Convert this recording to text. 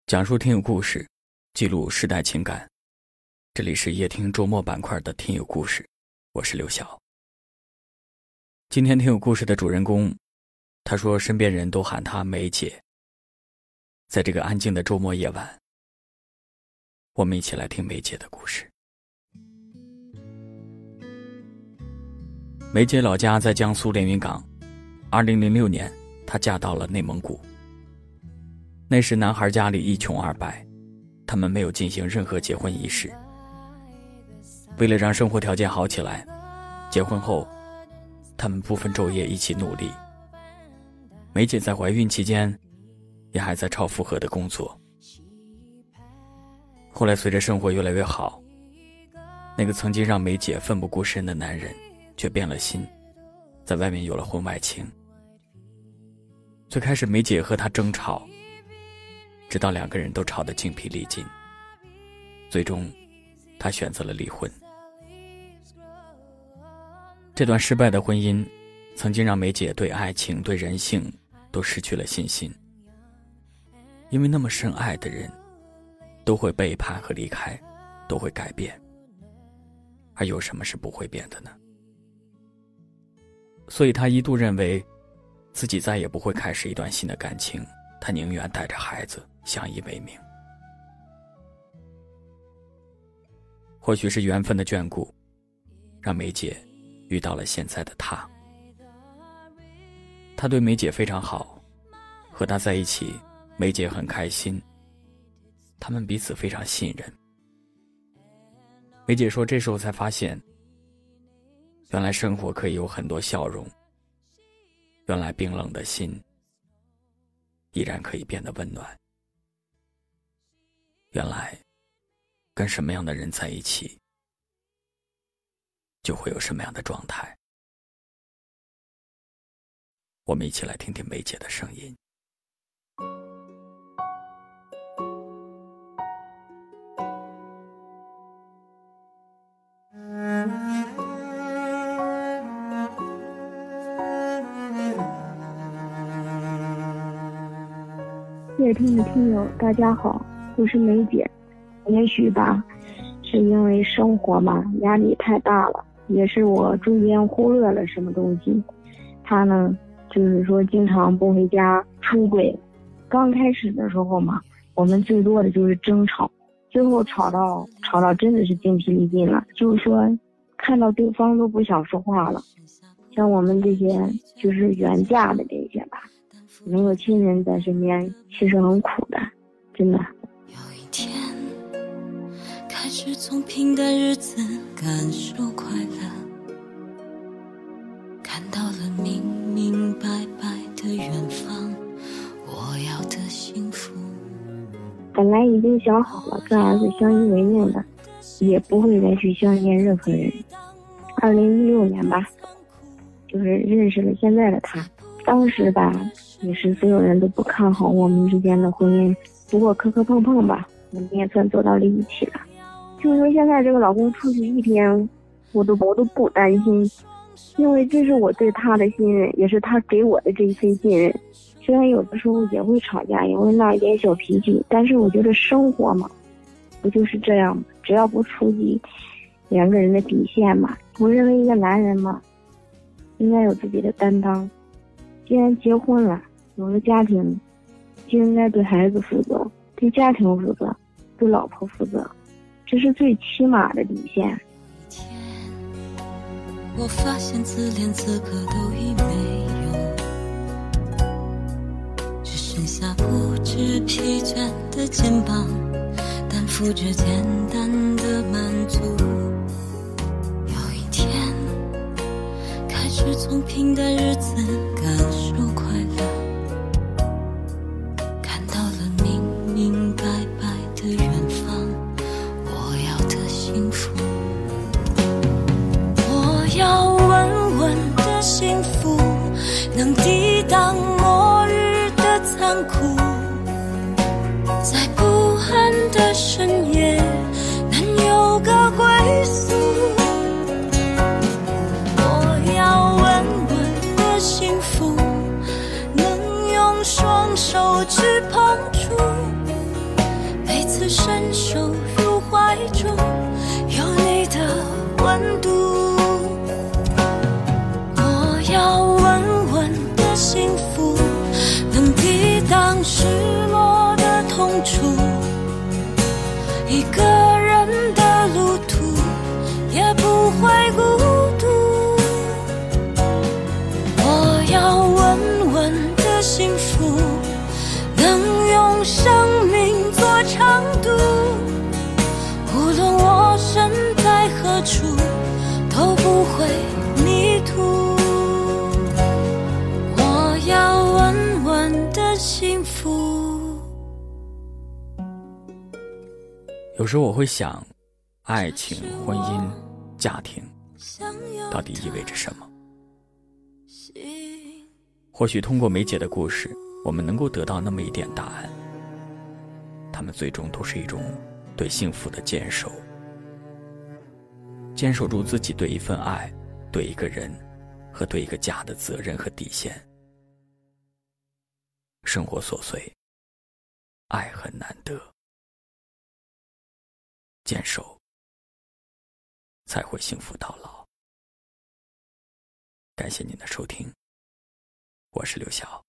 讲述听友故事，记录世代情感。这里是夜听周末板块的听友故事，我是刘晓。今天听友故事的主人公，他说身边人都喊他梅姐。在这个安静的周末夜晚，我们一起来听梅姐的故事。梅姐老家在江苏连云港，2006年她嫁到了内蒙古。那时男孩家里一穷二白，他们没有进行任何结婚仪式。为了让生活条件好起来，结婚后他们不分昼夜一起努力。梅姐在怀孕期间也还在超负荷的工作。后来随着生活越来越好，那个曾经让梅姐奋不顾身的男人却变了心，在外面有了婚外情。最开始梅姐和他争吵，直到两个人都吵得精疲力尽，最终他选择了离婚。这段失败的婚姻曾经让梅姐对爱情对人性都失去了信心，因为那么深爱的人都会背叛和离开，都会改变，而有什么是不会变的呢？所以他一度认为自己再也不会开始一段新的感情，他宁愿带着孩子相依为命。或许是缘分的眷顾，让梅姐遇到了现在的他。他对梅姐非常好，和他在一起，梅姐很开心，他们彼此非常信任。梅姐说，这时候才发现，原来生活可以有很多笑容，原来冰冷的心依然可以变得温暖，原来跟什么样的人在一起，就会有什么样的状态。我们一起来听听梅姐的声音。 夜听的听友大家好，我是梅姐。也许吧，是因为生活嘛，压力太大了，也是我中间忽略了什么东西。他呢，就是说经常不回家，出轨。刚开始的时候嘛，我们最多的就是争吵，最后吵到真的是精疲力尽了，就是说看到对方都不想说话了。像我们这些就是远嫁的这些吧，没有亲人在身边，其实很苦的，真的。 有一天开始从平淡日子感受快乐，看到了明明白白的远方，我要的幸福。 本来已经想好了跟儿子相依为命的，也不会再去相恋任何人。2016年吧，就是认识了现在的他。当时吧，也是所有人都不看好我们之间的婚姻，不过磕磕碰碰吧，我们也算走到了一起了。就是说现在这个老公出去一天，我都不担心，因为这是我对他的信任，也是他给我的这一份信任。虽然有的时候也会吵架，也会闹一点小脾气，但是我觉得生活嘛，不就是这样吗？只要不触及两个人的底线嘛。我认为一个男人嘛，应该有自己的担当。既然结婚了，有了家庭，就应该对孩子负责，对家庭负责，对老婆负责，这是最起码的底线。 一天我发现自恋资格都已没有，只剩下不知疲倦的肩膀，担负着简单的满足。有一天开始从平淡日子感受快乐，看到了明明白白的远方，我要的幸福。我要稳稳的幸福，能抵挡末日的残酷，在不安的深夜能有个归宿。我要稳稳的幸福，能用双手去碰触， 楚，一个人的路途也不会孤独。我要稳稳的幸福，能用生命做长度，无论我身在何处都不会迷途。我要稳稳的幸福。 有时候我会想，爱情、婚姻、家庭到底意味着什么？或许通过梅姐的故事，我们能够得到那么一点答案。他们最终都是一种对幸福的坚守，坚守住自己对一份爱、对一个人和对一个家的责任和底线。生活琐碎，爱很难得，坚守才会幸福到老。感谢您的收听，我是刘晓。